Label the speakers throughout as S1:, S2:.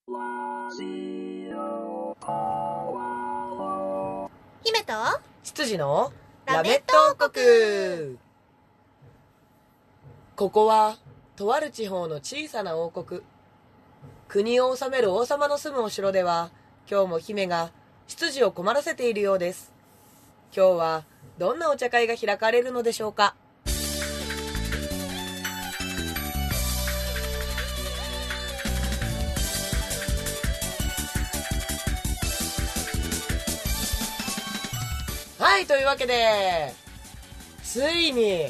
S1: 姫と
S2: 羊の
S1: ラメット王国。
S2: ここはとある地方の小さな王国。国を治める王様の住むお城では、今日も姫が執事を困らせているようです。今日はどんなお茶会が開かれるのでしょうか。はい、というわけでついに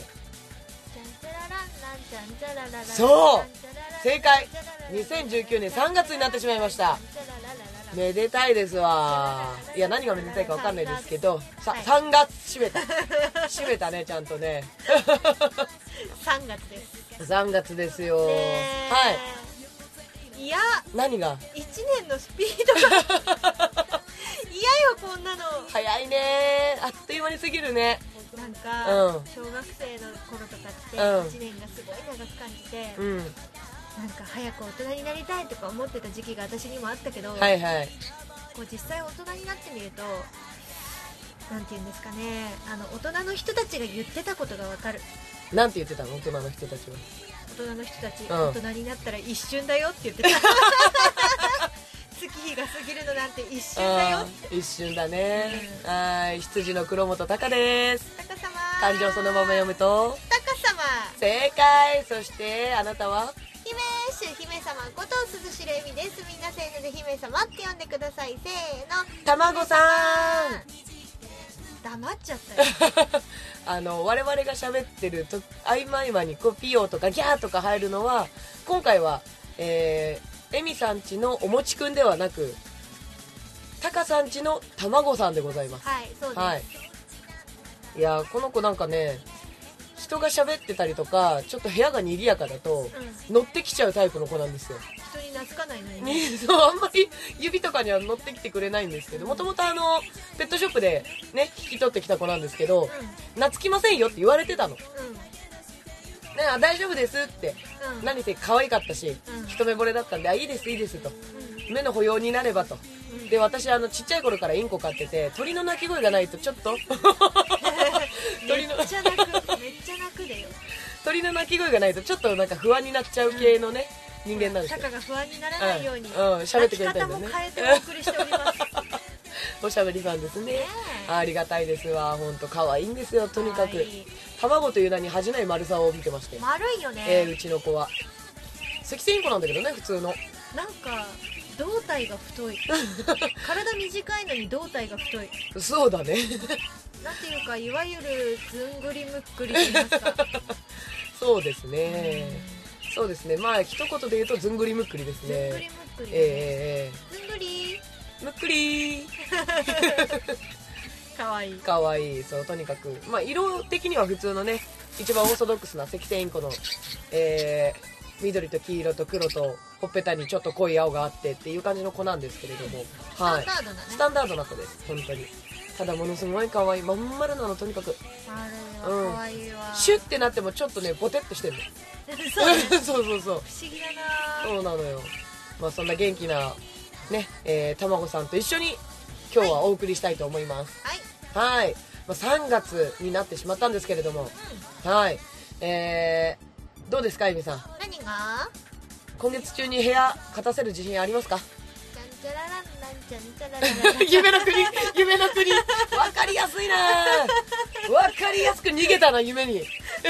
S2: そう正解、2019年3月になってしまいました。めでたいですわ。いや、何がめでたいか分かんないですけど、3月閉めたね、ちゃんとね
S1: 3月です。
S2: 3月ですよ。はい。
S1: いや、
S2: 何が
S1: 1年のスピードが嫌よ、こんなの。
S2: 早いね、あっという間に過ぎるね。
S1: なんか、小学生の頃とかって1年がすごい長く感じて、なんか早く大人になりたいとか思ってた時期が私にもあったけど、
S2: はいはい、
S1: こう実際大人になってみると、なんていうんですかね、大人の人たちが言ってたことが分かる。
S2: なんて言ってたの、大人の人たちは。
S1: 大人の人たち、大人になったら一瞬だよって言ってた月日が過ぎるのなんて一瞬だよって。
S2: 一瞬だね。はい、羊の黒本隆です。
S1: 高様。
S2: 漢字をそのまま読むと
S1: 高様。
S2: 正解。そしてあなたは
S1: 姫主姫様こと鈴代恵美です。みんなせーので姫様って呼んでください。せーの、
S2: 卵さん。
S1: 黙っちゃったよ
S2: 我々が喋ってると合間合間にこうピヨとかギャーとか入るのは、今回は恵美さんちのおもちくんではなく、タカさんちの卵さんでございます。
S1: はい、そうです。
S2: はい、いや、この子なんかね、人が喋ってたりとかちょっと部屋が賑やかだと、乗ってきちゃうタイプの子なんですよ。
S1: 人に懐かないのにね。
S2: そう、あんまり指とかには乗ってきてくれないんですけど、もともとペットショップでね引き取ってきた子なんですけど、懐きませんよって言われてたの、ね、大丈夫ですって、何せ可愛かったし、一目惚れだったんで、いいですいいですと、目の保養になればと。で、私ちっちゃい頃からインコ飼ってて、鳥の鳴き声がないとちょっと
S1: めっちゃ泣くでよ。
S2: 鳥の鳴き声がないとちょっとなんか不安になっちゃう系のね、人間なんですよ。
S1: タカが不安にならないように、
S2: 喋ってくれたんだね。
S1: 泣き方も変えてお送りしております
S2: おしゃべりさんですね。ありがたいですわ。ほんと可愛いんですよ。とにかく卵という名に恥じない丸さを見てまして、
S1: 丸いよね。
S2: うちの子は赤線インコなんだけどね、普通の。
S1: なんか胴体が太い体短いのに胴体が太い。
S2: そうだね
S1: なんていうか、いわゆるずんぐりむっくりと言いますか
S2: そうですね、そうですね。まあ一言で言うとずんぐりむっくりですね。
S1: ずんぐりむっくり、ね、ずんぐり
S2: むっくり
S1: かわいい
S2: かわいい。そう、とにかくまあ色的には普通のね、一番オーソドックスな赤線インコの緑と黄色と黒とほっぺたにちょっと濃い青があってっていう感じの子なんですけれども、はい、スタンダードな子です。本当に。ただものすごい可愛い、まん丸なの。とにかく
S1: 可愛いわ。
S2: シュッてなってもちょっとねボテッとしてるの
S1: そうね
S2: そうそう
S1: 不思議だな。
S2: そうなのよ。まあそんな元気なね、卵さんと一緒に今日はお送りしたいと思います。はい、まあ、3月になってしまったんですけれども、はい、どうですか、ゆみさん。
S1: 何が？
S2: 今月中に部屋勝たせる自信ありますか？夢の国夢の国、分かりやすいな。分かりやすく逃げたな、夢に。いや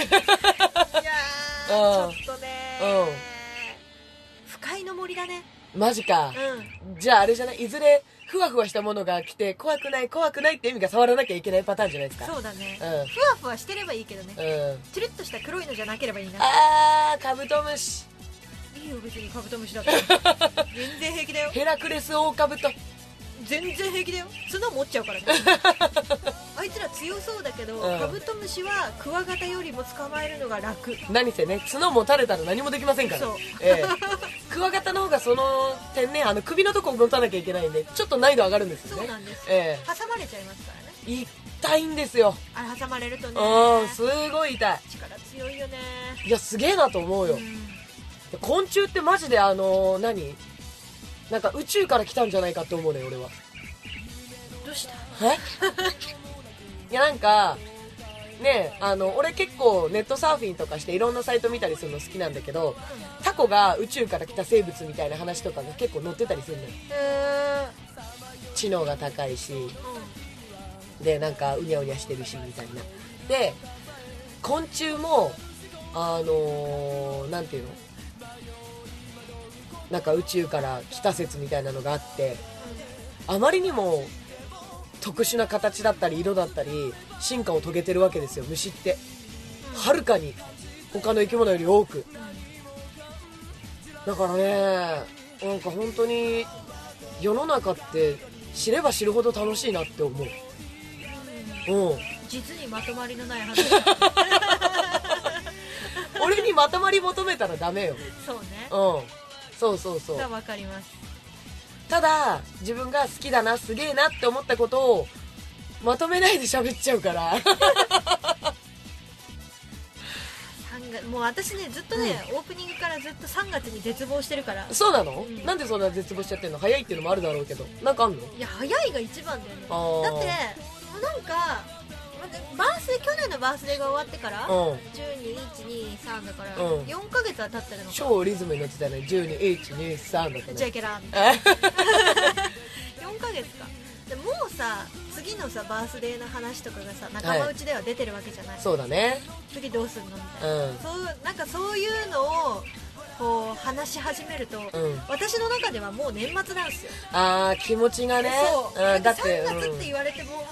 S1: ちょっとね、不快の森だね。
S2: マジか、じゃああれじゃない、いずれふわふわしたものが来て怖くない怖くないって意味が触らなきゃいけないパターンじゃないですか。
S1: そうだね、ふわふわしてればいいけどね、つるっとした黒いのじゃなければいいな。
S2: カブトムシ
S1: いいよ、別にカブトムシだったら全然平気だよ。
S2: ヘラクレスオオカブト
S1: 全然平気だよ。角持っちゃうからねあいつら強そうだけど、カブトムシはクワガタよりも捕まえるのが楽。
S2: 何せね、角持たれたら何もできませんから。そう、クワガタの方がその点ね、首のとこ持たなきゃいけないんでちょっと難易度上がるんですよね。
S1: そうなんです、挟まれちゃいますからね。
S2: 痛いんですよ、
S1: あれ挟まれるとね。
S2: すごい痛い。
S1: 力強いよね。
S2: いや、すげえなと思うよ、昆虫ってマジで何なんか宇宙から来たんじゃないかって思うね俺は。
S1: どうした？
S2: いやなんかね、俺結構ネットサーフィンとかしていろんなサイト見たりするの好きなんだけど、タコが宇宙から来た生物みたいな話とかが結構載ってたりするのよ。知能が高いし、でなんかうにゃうにゃしてるしみたいな。で昆虫もなんていうの、なんか宇宙から来た説みたいなのがあって、あまりにも特殊な形だったり色だったり進化を遂げてるわけですよ、虫って。はるかに他の生き物より多く。だからね、なんか本当に世の中って知れば知るほど楽しいなって思う。
S1: 実にまとまりのない話
S2: 俺にまとまり求めたらダメよ。
S1: そうね。
S2: そうそうそう。
S1: わかります。
S2: ただ自分が好きだな、すげえなって思ったことをまとめないで喋っちゃうから
S1: もう私ねずっとね、オープニングからずっと3月に絶望してるから。
S2: そうなの？なんでそんな絶望しちゃってんの？早いっていうのもあるだろうけど、なんかあんの？
S1: いや早いが一番だよね。だってもうなんか去年のバースデーが終わってから、12,1,2,3だから、4ヶ月は経ってるのか。
S2: 超リズムに乗ってたね。12,1,2,3だったね。
S1: じゃあいけらん4ヶ月か。でもうさ、次のさバースデーの話とかがさ仲間内では出てるわけじゃない、
S2: そうだね。
S1: 次どうすんのみたいな、なんかそういうのをこう話し始めると、私の中ではもう年末なんですよ。
S2: 気持ちがね。
S1: そう、だって3月って言われても、もう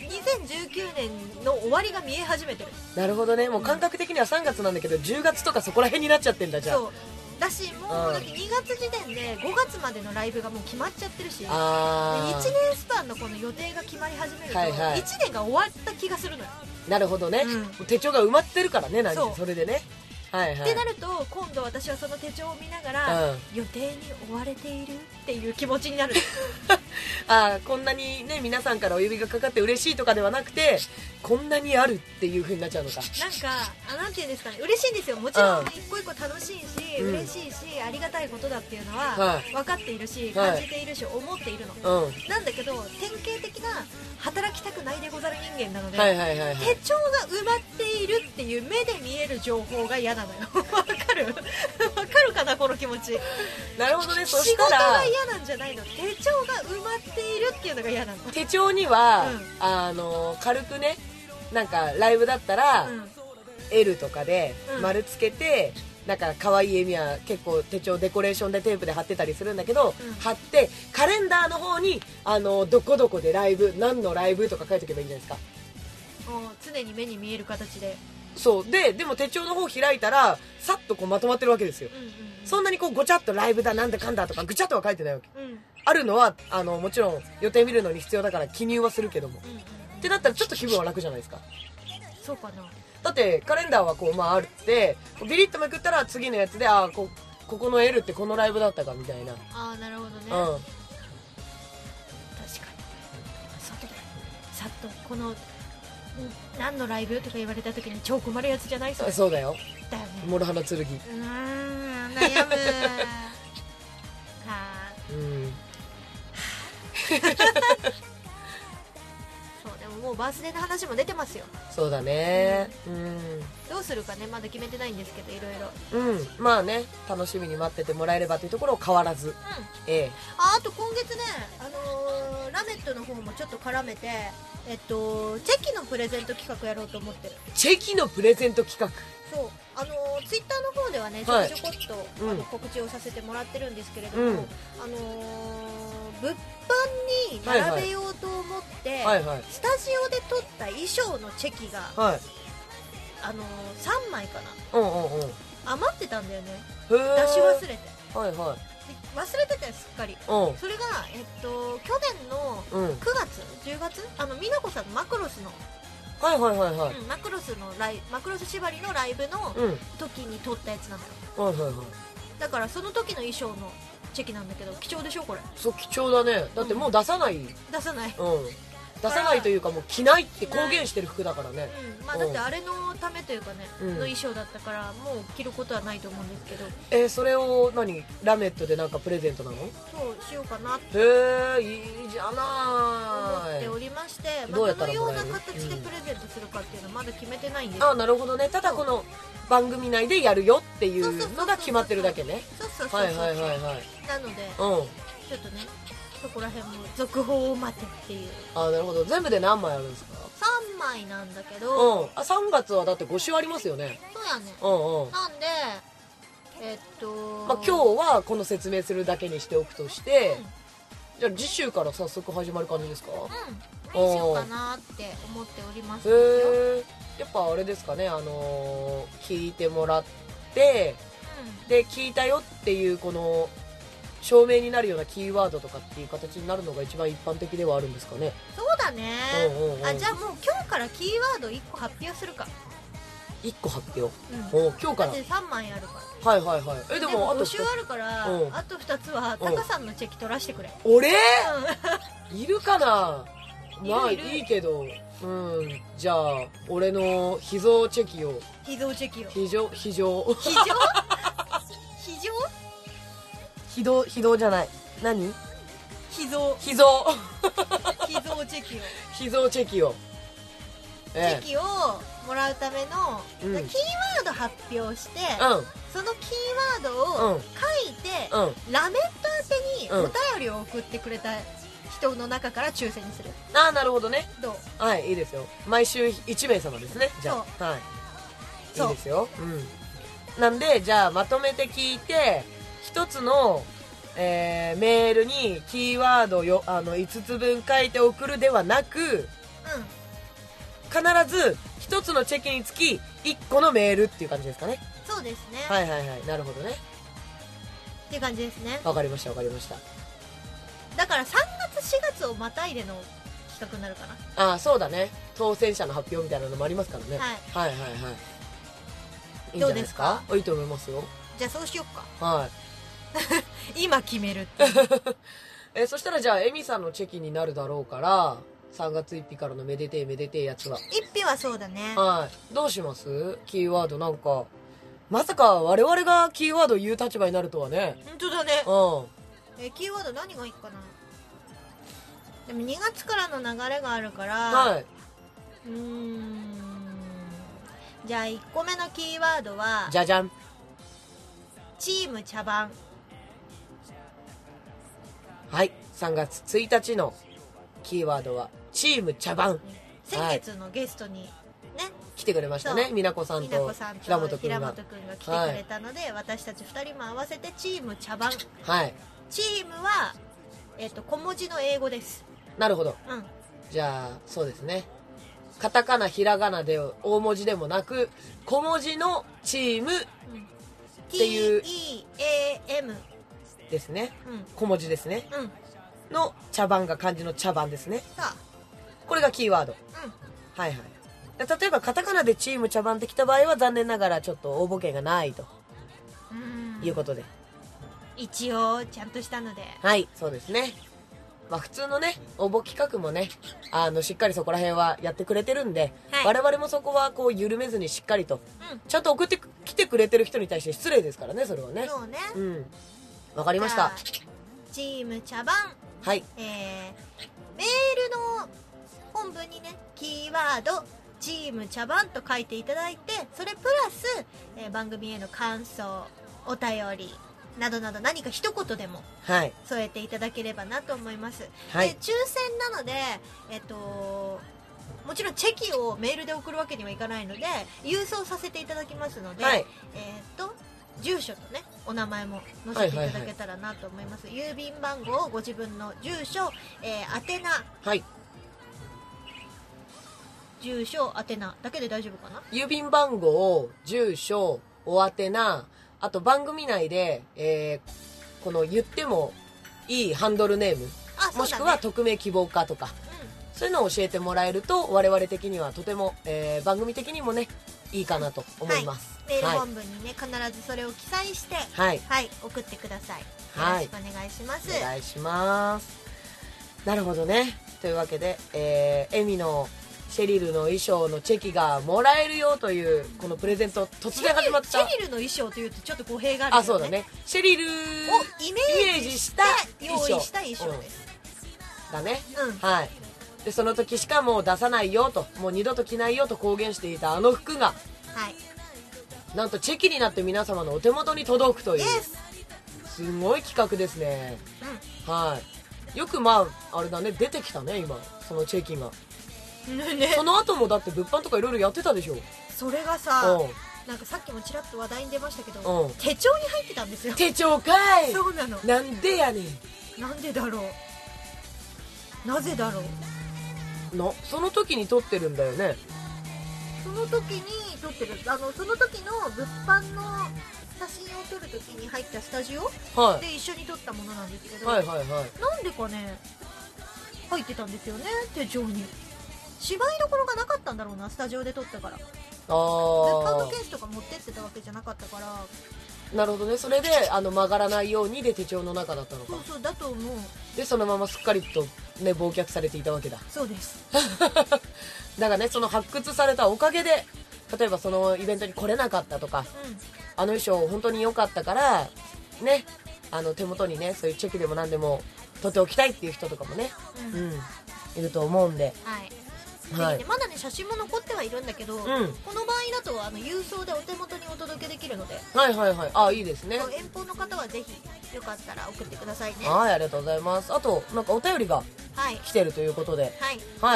S1: 2019年の終わりが見え始めてる。
S2: なるほどね。もう感覚的には3月なんだけど、10月とかそこら辺になっちゃってんだ。じゃあ
S1: そうだし、もう2月時点で5月までのライブがもう決まっちゃってるし、1年スパンのこの予定が決まり始めると、1年が終わった気がするのよ。
S2: なるほどね、手帳が埋まってるからね。何それでね。って
S1: なると今度私はその手帳を見ながら、予定に追われているっていう気持ちになる
S2: こんなにね皆さんからお指がかかって嬉しいとかではなくて、こんなにあるっていう風になっちゃうのか。
S1: なんかなんていうんですかね、嬉しいんですよ。もちろん一個一個楽しいし、嬉しいしありがたいことだっていうのは分かっているし、感じているし、思っているの、なんだけど典型的な働きたくないでござる人間なので、手帳が埋まっているっていう目で見える情報が嫌なのよわかるかなこの気持ち。
S2: なるほどね。そ
S1: 仕事
S2: したら
S1: が嫌なんじゃないの、手帳が埋まっているっていうのが嫌なの。
S2: 手帳には、軽くね、なんかライブだったら、L とかで丸つけて、なんか可愛い絵には結構手帳デコレーションでテープで貼ってたりするんだけど、貼ってカレンダーの方にどこどこでライブ、何のライブとか書いておけばいいんじゃないですか。
S1: 常に目に見える形で。
S2: そうでも手帳の方開いたらさっとこうまとまってるわけですよ、そんなにこうごちゃっとライブだなんだかんだとかぐちゃっとは書いてないわけ、あるのはもちろん予定見るのに必要だから記入はするけども、ってなったらちょっと気分は楽じゃないですか。
S1: そうかな。
S2: だってカレンダーはこうあるってビリッとめくったら次のやつでここの L ってこのライブだったかみたいな。
S1: なるほどね、確かにさっとこの何のライブとか言われた時に超困るやつじゃない？
S2: そうだよ。
S1: だよね。
S2: 諸刃の剣。
S1: 悩むそうでももうバースデーの話も出てますよ。
S2: そうだね、
S1: どうするかねまだ決めてないんですけど、いろいろ
S2: まあね楽しみに待っててもらえればというところを変わらず、
S1: あと今月ね、ラメットの方もちょっと絡めてチェキのプレゼント企画やろうと思ってる。
S2: チェキのプレゼント企画。
S1: そうツイッターの方ではねちょこちょこっと、告知をさせてもらってるんですけれども、物販に並べようと思って、スタジオで撮った衣装のチェキが、3枚かな、余ってたんだよね。出し忘れて、忘れてたよすっかり。それが、去年の9月、10月美奈子さんのマクロスのマクロス縛りのライブの時に撮ったやつなのよ、だからその時の衣装のチェキなんだけど貴重でしょこれ。
S2: そう貴重だね。だってもう出さない、 出さないというかもう着ないって公言してる服だからね。
S1: まあだってあれのためというかね、の衣装だったからもう着ることはないと思うんですけ
S2: ど。それをラメットでなんかプレゼントなの？
S1: そうしようかなって。
S2: へえ、いいじゃない
S1: 思っておりまして、
S2: どうやったら
S1: どのような形でプレゼントするかっていうのはまだ決めてないんですよ。
S2: なるほどね。ただこの番組内でやるよっていうのが決まってるだけね。
S1: そうはいはいはいはい。なので、ちょっとね、そこら辺も続報を待てっていう。
S2: なるほど。全部で何枚あるんですか
S1: ？3枚なんだけど、
S2: 3月はだって5週ありますよね。
S1: そうやね。なんで
S2: まあ、今日はこの説明するだけにしておくとして、じゃあ次週から早速始まる感じですか？
S1: 何しようかなって思っておりますよ。
S2: やっぱあれですかね、聞いてもらって、で聞いたよっていうこの証明になるようなキーワードとかっていう形になるのが一番一般的ではあるんですかね。
S1: そうだね。じゃあもう今日からキーワード1個発表するか。
S2: 1個発表、今日から
S1: だって3枚あるから。
S2: はいはいはい。
S1: でも5週あるから、あと2つはタカさんのチェキ取らしてくれ。
S2: 俺いるかな。まあいいけど、じゃあ俺の秘蔵チェキを
S1: 秘蔵チェキを
S2: 非常
S1: 非常
S2: 非道じゃない、何
S1: 秘蔵
S2: 秘蔵
S1: 秘蔵チェキを
S2: 秘蔵チェキを
S1: チェキをもらうための、キーワード発表して、そのキーワードを書いて、ラメット宛てにお便りを送ってくれた人の中から抽選にする。
S2: なるほどね。
S1: どう？
S2: はい、いいですよ。毎週1名様ですね。じゃあ、はい、いいですよ。なんでじゃあまとめて聞いて一つの、メールにキーワードよ5つ分書いて送るではなく、必ず一つのチェキにつき1個のメールっていう感じですかね。
S1: そうですね。
S2: はいはいはい、なるほどね。
S1: っていう感じですね。
S2: わかりましたわかりました。
S1: だから3月4月をまたいでの企画になるかな。
S2: そうだね。当選者の発表みたいなのもありますからね。はいはいはいはい。いいんじゃないですか？いいと思いますよ。
S1: じゃあそうしよっか。
S2: はい。
S1: 今決めるって
S2: そしたらじゃあエミさんのチェキになるだろうから3月1日からのめでてえめでてえやつは
S1: 1日はそうだね。
S2: はい。どうします？キーワードなんかまさか我々がキーワードを言う立場になるとはね。
S1: 本当だね。キーワード何がいいかな。でも2月からの流れがあるから、じゃあ1個目のキーワードは
S2: じゃじゃん、
S1: チーム茶番。
S2: はい、3月1日のキーワードはチーム茶番。
S1: 先月のゲストにね、
S2: 来てくれましたね。美奈子さんと平本くんが
S1: 来てくれたので、私たち2人も合わせてチーム茶番。
S2: はい。
S1: チームは小文字の英語です。
S2: なるほど。じゃあそうですね。カタカナひらがなで大文字でもなく小文字のチームっていう
S1: TEAM
S2: ですね。小文字ですね。の茶番が漢字の茶番ですね。これがキーワード。はいはい。例えばカタカナでチーム茶番ってきた場合は残念ながらちょっと応募権がないということで、
S1: 一応ちゃんとしたので、
S2: はいそうですね。まあ普通のね応募企画もねしっかりそこら辺はやってくれてるんで、我々もそこはこう緩めずにしっかりと、ちゃんと送ってきてくれてる人に対して失礼ですからね、それはね。
S1: そうね。
S2: わかりました。
S1: チーム茶番。
S2: はい。
S1: メールの本文にねキーワードチーム茶番と書いていただいて、それプラス、番組への感想、お便りなどなど何か一言でも添えていただければなと思います。で抽選なので、もちろんチェキをメールで送るわけにはいかないので郵送させていただきますので、住所とねお名前も載せていただけたらなと思います。郵便番号、ご自分の住所、宛名、住所、宛名だけで大丈夫かな。
S2: 郵便番号、住所、お宛名、あと番組内で、この言ってもいいハンドルネーム、もしくは匿名希望かとか、そういうのを教えてもらえると我々的にはとても、番組的にもねいいかなと思います。
S1: メール本文にね必ずそれを記載して、送ってください。よろしくお願いします。
S2: お願いします。 なるほどね。というわけで、エミのシェリルの衣装のチェキがもらえるよというこのプレゼント、突然始まった。
S1: シェリルの衣装というとちょっと語弊があるよね。
S2: あ、そうだね。シェリルを
S1: イメージした用意した衣装です、
S2: だね、はい。でその時しかもう出さないよと、もう二度と着ないよと公言していたあの服が、
S1: はい、
S2: なんとチェキになって皆様のお手元に届くという、すごい企画ですね、はい。よくまああれだね、出てきたね今そのチェキが、ね、その後もだって物販とかいろいろやってたでしょ。
S1: それがさ、なんかさっきもちらっと話題に出ましたけど、手帳に入ってたんですよ。
S2: 手帳かい。
S1: そうなの。
S2: なんでやねん。
S1: なんでだろう、なぜだろう。
S2: その時に撮ってるんだよね。
S1: その時に撮ってる、その時の物販の写真を撮る時に入ったスタジオ、で一緒に撮ったものなんですけど、なんでかね入ってたんですよね、手帳に。芝居どころがなかったんだろうな、スタジオで撮ったから。物販のケースとか持ってってたわけじゃなかったから。
S2: なるほどね。それで曲がらないようにで手帳の中だったのか。
S1: そうだと思う。
S2: でそのまますっかりとね忘却されていたわけだ。
S1: そうです
S2: だからね、その発掘されたおかげで、例えばそのイベントに来れなかったとか、あの衣装本当に良かったからね、手元にねそういうチェキでも何でも取っておきたいっていう人とかもね、いると思うんで、はい、
S1: まだね写真も残ってはいるんだけど、この場合だと郵送でお手元にお届けできるので、
S2: あ、いいですね。
S1: 遠方の方はぜひよかったら送ってくださいね。
S2: はい、ありがとうございます。あとなんかお便りが来てるということで、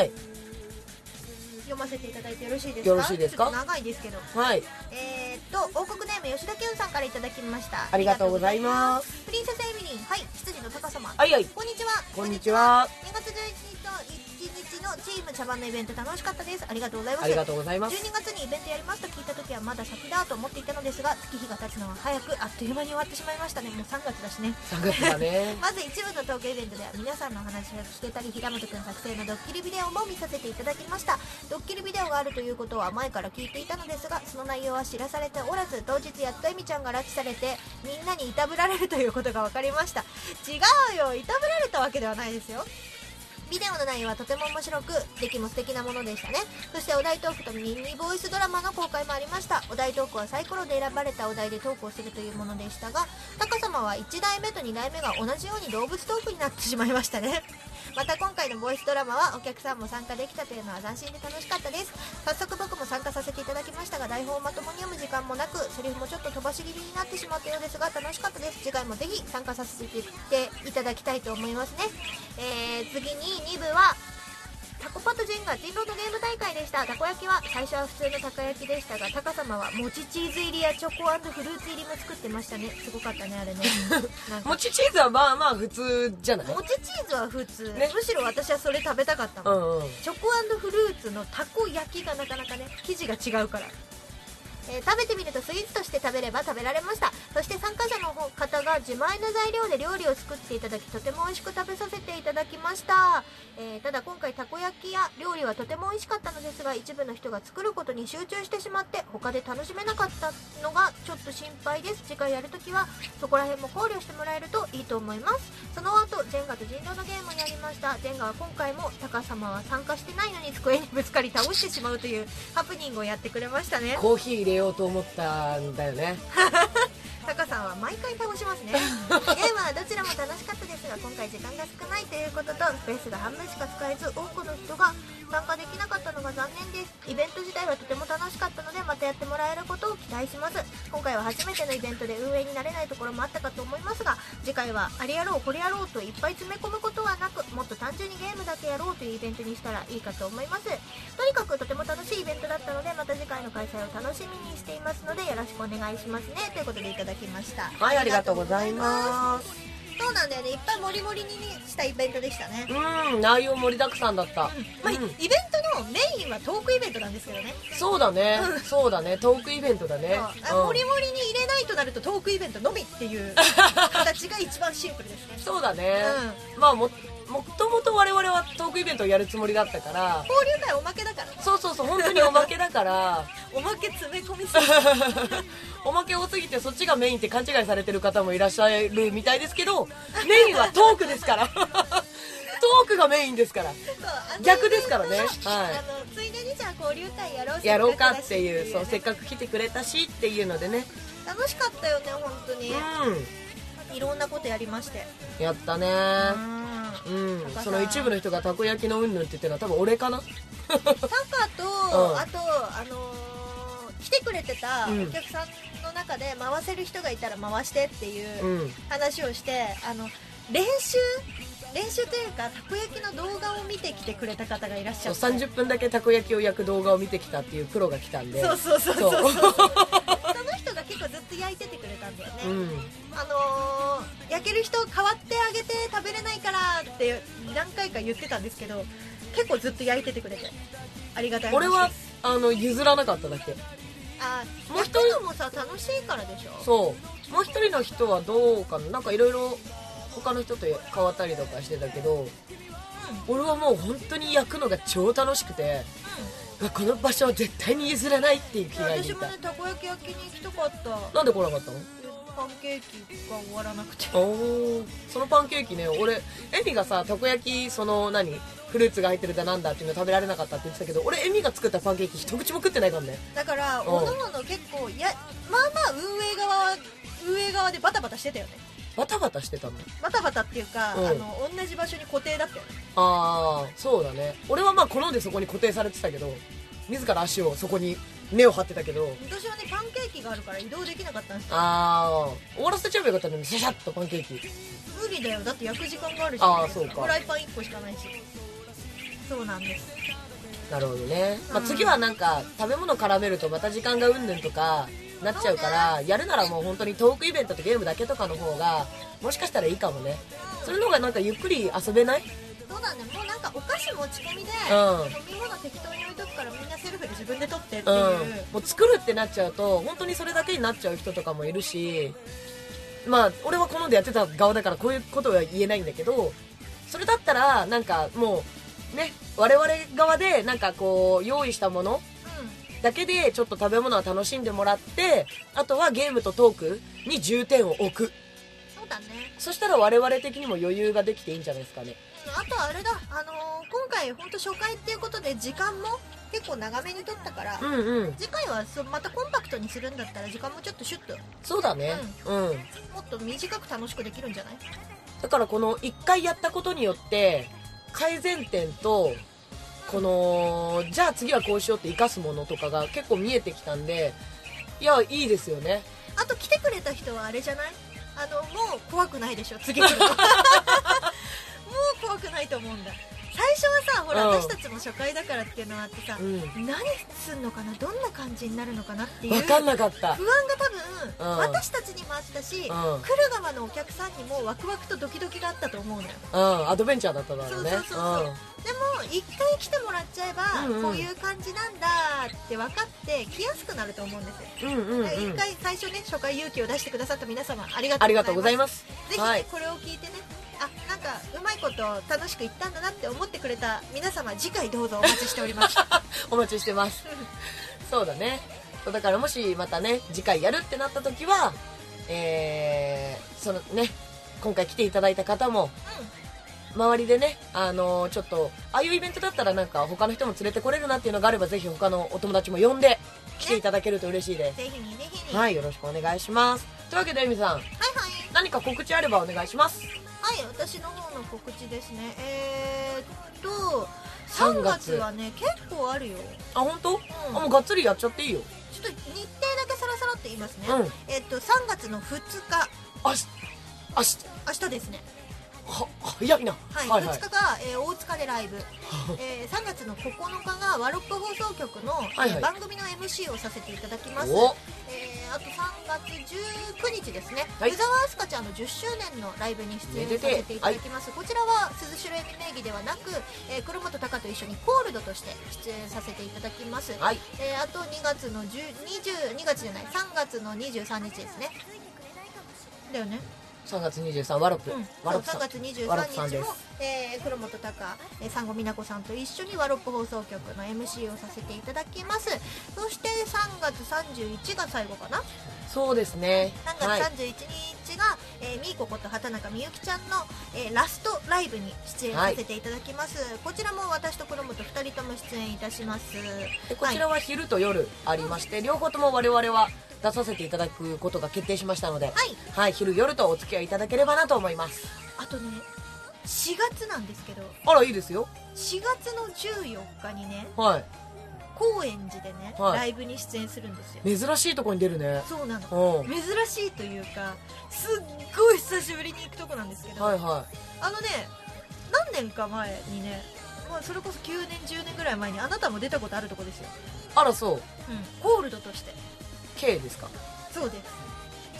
S1: 読ませていただいてよろしいですか。
S2: よろしいですか。
S1: ちょっと長いですけど、王国ネーム吉田健さんからいただきました。
S2: ありがとうございます。
S1: プリンセスエミリン、羊の高様、
S2: こん
S1: にちは。
S2: こんにちは。
S1: 2月11日のチーム茶番のイベント楽しかったです。ありがとうございます。
S2: ありがとうございます。
S1: 12月にイベントやりますと聞いた時はまだ先だと思っていたのですが、月日が経つのは早くあっという間に終わってしまいましたね。もう3月だしね。
S2: 3月だね。
S1: まず一部のトークイベントでは皆さんの話を聞けたり、平本くん作成のドッキリビデオも見させていただきました。ドッキリビデオがあるということは前から聞いていたのですが、その内容は知らされておらず、当日やっとエミちゃんが拉致されてみんなにいたぶられるということが分かりました。違うよ、いたぶられたわけではないですよ。ビデオの内容はとても面白く、出来も素敵なものでしたね。そしてお題トークとミニボイスドラマの公開もありました。お題トークはサイコロで選ばれたお題でトークをするというものでしたが、タカ様は1代目と2代目が同じように動物トークになってしまいましたね。また今回のボイスドラマはお客さんも参加できたというのは斬新で楽しかったです。早速僕も参加させていただきましたが、台本をまともに読む時間もなく、セリフもちょっと飛ばし気味になってしまったようですが楽しかったです。次回もぜひ参加させていただきたいと思いますね。次に2部はタコパとジェンガ人狼のゲーム大会でした。たこ焼きは最初は普通のたこ焼きでしたが、タカ様はもちチーズ入りやチョコ&フルーツ入りも作ってましたね。すごかったねあれね。
S2: もちチーズはまあまあ普通じゃない。
S1: もちチーズは普通、ね、むしろ私はそれ食べたかったもん、チョコ&フルーツのたこ焼きがなかなかね生地が違うから、食べてみるとスイーツとして食べれば食べられました。そして参加者の方が自前の材料で料理を作っていただき、とても美味しく食べさせていただきました。ただ今回たこ焼きや料理はとても美味しかったのですが、一部の人が作ることに集中してしまって他で楽しめなかったのがちょっと心配です。次回やるときはそこら辺も考慮してもらえるといいと思います。その後ジェンガと人狼のゲームをやりました。ジェンガは今回もタカ様は参加してないのに机にぶつかり倒してしまうというハプニングをやってくれましたね。
S2: コーヒー入れようと思ったんだよね。
S1: タカさんは毎回倒しますね。ゲームはどちらも楽しかったですが、今回時間が少ないということとスペースが半分しか使えず、多くの人が参加できなかったのが残念です。イベント自体はとても楽しかったので、またやってもらえることを期待します。今回は初めてのイベントで運営になれないところもあったかと思いますが、次回はあれやろうこれやろうといっぱい詰め込むことはなく、もっと単純にゲームだけやろうというイベントにしたらいいかと思います。とにかくとても楽しいイベントだったので、また次回の開催を楽しみにしていますのでよろしくお願いしますね、ということでいただきました。
S2: はい、ありがとうございます。
S1: そうなんだよね、いっぱい盛り盛りにしたイベントでしたね。
S2: 内容盛りだくさんだった、
S1: イベントのメインはトークイベントなんですけどね。
S2: そうだね、そうだね、トークイベントだね。
S1: 盛り盛りに入れないとなるとトークイベントのみっていう形が一番シンプルですね。
S2: そうだね、まあもともと我々はトークイベントをやるつもりだったから、
S1: 交流会おまけだから。
S2: そう本当におまけだから
S1: おまけ詰め込みすぎ
S2: おまけ多すぎてそっちがメインって勘違いされてる方もいらっしゃるみたいですけど、メインはトークですからトークがメインですから。逆ですからね。はい。
S1: ついでにじゃあ交流会
S2: やろうかっていう、そう、せっかく来てくれたしっていうのでね。
S1: 楽しかったよね、本当に。いろんなことやりまして。
S2: やったね。その一部の人がたこ焼きのうんぬんって言ってるのは多分俺かな。
S1: タカと、あと来てくれてたお客さんの中で回せる人がいたら回してっていう話をして、練習というかたこ焼きの動画を見てきてくれた方がいらっしゃって、
S2: 30分だけたこ焼きを焼く動画を見てきたっていうプロが来たんで、
S1: そうその人が結構ずっと焼いててくれたんだよね。焼ける人代わってあげて食べれないからって何回か言ってたんですけど、結構ずっと焼いててくれてありがたい話です。
S2: 俺は譲らなかっただけ。
S1: もう一人もさ、楽しいからでしょ。
S2: そう、もう一人の人はどうかな、なんかいろいろ他の人と変わったりとかしてたけど、俺はもう本当に焼くのが超楽しくて、この場所は絶対に譲らないっていう気が
S1: 私もね、たこ焼き焼きに行きたかった。
S2: なんで来なかったの？
S1: パンケーキが終わらなくて。
S2: そのパンケーキね、俺エミがさ、たこ焼きフルーツが入ってるだなんだっていうの食べられなかったって言ってたけど、俺エミが作ったパンケーキ一口も食ってないからね。
S1: だからおのおの結構まあまあ運営側でバタバタしてたよね。
S2: バタバタしてたの？
S1: バタバタっていうか、同じ場所に固定だったよね。
S2: そうだね。俺はまあ好んでそこに固定されてたけど、自ら足をそこに根を張ってたけど、
S1: 私はね、パンケーキがあるから移動できなかったんですよ。
S2: 終わらせちゃえばよかったのに、シャシャッとパンケーキ。
S1: 無理だよ、だって焼く時間があるじゃん。
S2: そうか。
S1: フライパン1個しかないし。そうなんです。
S2: なるほどね。次はなんか食べ物絡めるとまた時間がうんぬんとかなっちゃうから、やるならもう本当にトークイベントとゲームだけとかの方がもしかしたらいいかもね。それの方がなんかゆっくり遊べない？
S1: そうだね。もうなんかお菓子持ち込みで、飲み物適当に置いとくからみんなセルフで自分で取ってっていう、
S2: もう作るってなっちゃうと本当にそれだけになっちゃう人とかもいるし、まあ俺は好んでやってた側だからこういうことは言えないんだけど、それだったらなんかもうね、我々側でなんかこう用意したものだけでちょっと食べ物は楽しんでもらって、あとはゲームとトークに重点を置く。
S1: そうだね。
S2: そしたら我々的にも余裕ができていいんじゃないですかね。
S1: あとあれだ、今回本当初回っていうことで時間も結構長めに取ったから、次回はまたコンパクトにするんだったら時間もちょっとシュッと。
S2: そうだね。
S1: もっと短く楽しくできるんじゃない？
S2: だからこの1回やったことによって改善点とじゃあ次はこうしようって生かすものとかが結構見えてきたんで、いや、いいですよね。
S1: あと来てくれた人はあれじゃない？もう怖くないでしょ、次来るの。もう怖くないと思うんだ。最初はさ、ほら、私たちも初回だからっていうのはあってさ、何すんのかな、どんな感じになるのかなっていう
S2: 分かんなかった。
S1: 不安が多分、私たちにもあったし、来る側のお客さんにもワクワクとドキドキがあったと思うのよ。
S2: アドベンチャーだっただろうね。
S1: そうでも一回来てもらっちゃえば、こういう感じなんだって分かって来やすくなると思うんですよ。一回最初ね、初回勇気を出してくださった皆様ありがとうございます。ぜひね、これを聞いてね、なんかうまいこと楽しくいったんだなって思ってくれた皆様、次回どうぞお待ちしております。
S2: お待ちしてます。そうだね。だからもしまたね、次回やるってなった時は、今回来ていただいた方も、周りでね、ちょっとああいうイベントだったらなんか他の人も連れてこれるなっていうのがあれば、ぜひ他のお友達も呼んで来ていただけると嬉しいです。
S1: ぜひにぜひに。
S2: はい、よろしくお願いします。というわけでエミさん、何か告知あればお願いします。
S1: はい、私の方の告知ですね。3月はね、結構あるよ。
S2: 本当？もうがっつりやっちゃっていいよ。
S1: ちょっと日程だけさらさらって言いますね。3月の2日、明日ですね。
S2: 早いな。
S1: 2日が、大塚でライブ、3月の9日がワロップ放送局の、番組の MC をさせていただきます。あと3月19日ですね、湯沢明日香ちゃんの10周年のライブに出演させていただきます。こちらは鈴代恵美名義ではなく、黒本隆と一緒にコールドとして出演させていただきます。あと3月の23日ですね。だよね。
S2: 3月23ワロップ、ワロップさん、
S1: 3月23日も、黒本隆、産後美奈子さんと一緒にワロップ放送局の MC をさせていただきます。そして3月31が最後かな。
S2: そうですね。
S1: 3月31日が、みーここと畑中みゆきちゃんの、ラストライブに出演させていただきます、こちらも私と黒本2人とも出演いたします。
S2: でこちらは昼と夜ありまして、両方とも我々は出させていただくことが決定しましたので、昼夜とお付き合いいただければなと思います。
S1: あとね、4月なんですけど、
S2: あらいいですよ。
S1: 4月の14日にね、高円寺でね、ライブに出演するんですよ。
S2: 珍しいとこに出るね。
S1: そうなの、珍しいというかすっごい久しぶりに行くとこなんですけど、何年か前にね、それこそ9年10年ぐらい前にあなたも出たことあるとこですよ。
S2: あらそう、
S1: コールドとして。
S2: K ですか。
S1: そうです、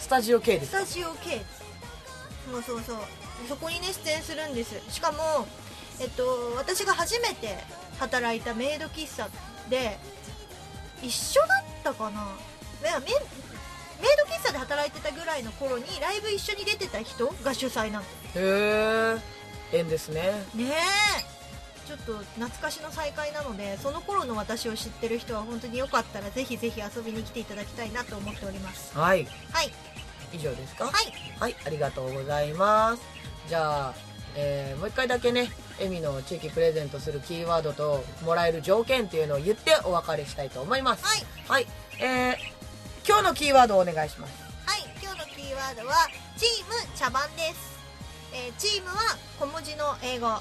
S2: スタジオ K です。
S1: スタジオ K です。そう、そこにね出演するんです。しかも私が初めて働いたメイド喫茶で一緒だったかな。メイド喫茶で働いてたぐらいの頃にライブ一緒に出てた人が主催なの。
S2: へえ、縁ですね。
S1: ねえ、ちょっと懐かしの再会なので、その頃の私を知ってる人は本当によかったらぜひぜひ遊びに来ていただきたいなと思っております。以
S2: 上ですか。ありがとうございます。じゃあ、もう一回だけね、エミのチェキプレゼントするキーワードともらえる条件っていうのを言ってお別れしたいと思います。今日のキーワードをお願いします。
S1: 今日のキーワードはチーム茶番です。チームは小文字の英語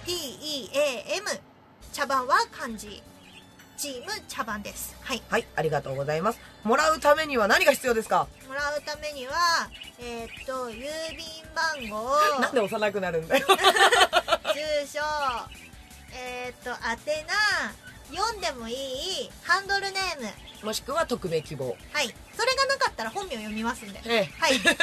S1: TEAM、 茶番は漢字、チーム茶番です。
S2: ありがとうございます。もらうためには何が必要ですか。
S1: もらうためには郵便番号
S2: なんで幼くなるんだよ
S1: 住所宛名、読んでもいいハンドルネーム、
S2: もしくは匿名希望。
S1: それがなかったら本名読みますんで、ラメ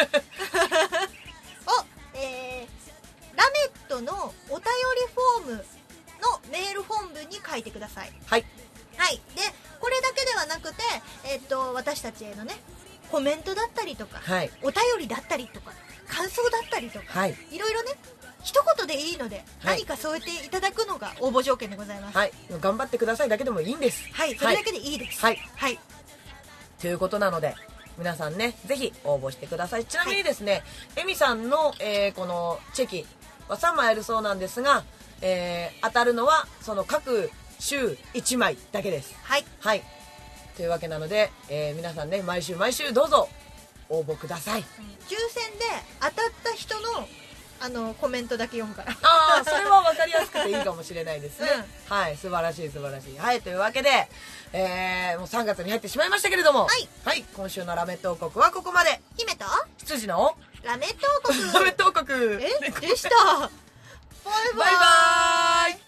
S1: ットのお便りフォームのメール本文に書いてください。でこれだけではなくて、私たちへのねコメントだったりとか、お便りだったりとか感想だったりとか、いろいろね一言でいいので、何か添えていただくのが応募条件でございます。
S2: 頑張ってくださいだけでもいいんです。
S1: それだけでいいです。
S2: ということなので皆さんね、ぜひ応募してください。ちなみにですね、エミさんの、このチェキは3枚あるそうなんですが、当たるのはその各週1枚だけです。というわけなので、皆さんね、毎週どうぞ応募ください。
S1: 抽選で当たった人のコメントだけ読むから
S2: それは分かりやすくていいかもしれないですね。素晴らしい。というわけで、もう3月に入ってしまいましたけれども、今週のラメット王国はここまで。
S1: 姫と
S2: 羊の
S1: ラメット王国
S2: ラメット王国
S1: でしたバイ
S2: バイ。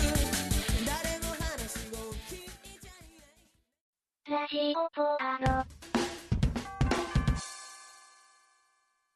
S3: ラジオポアド。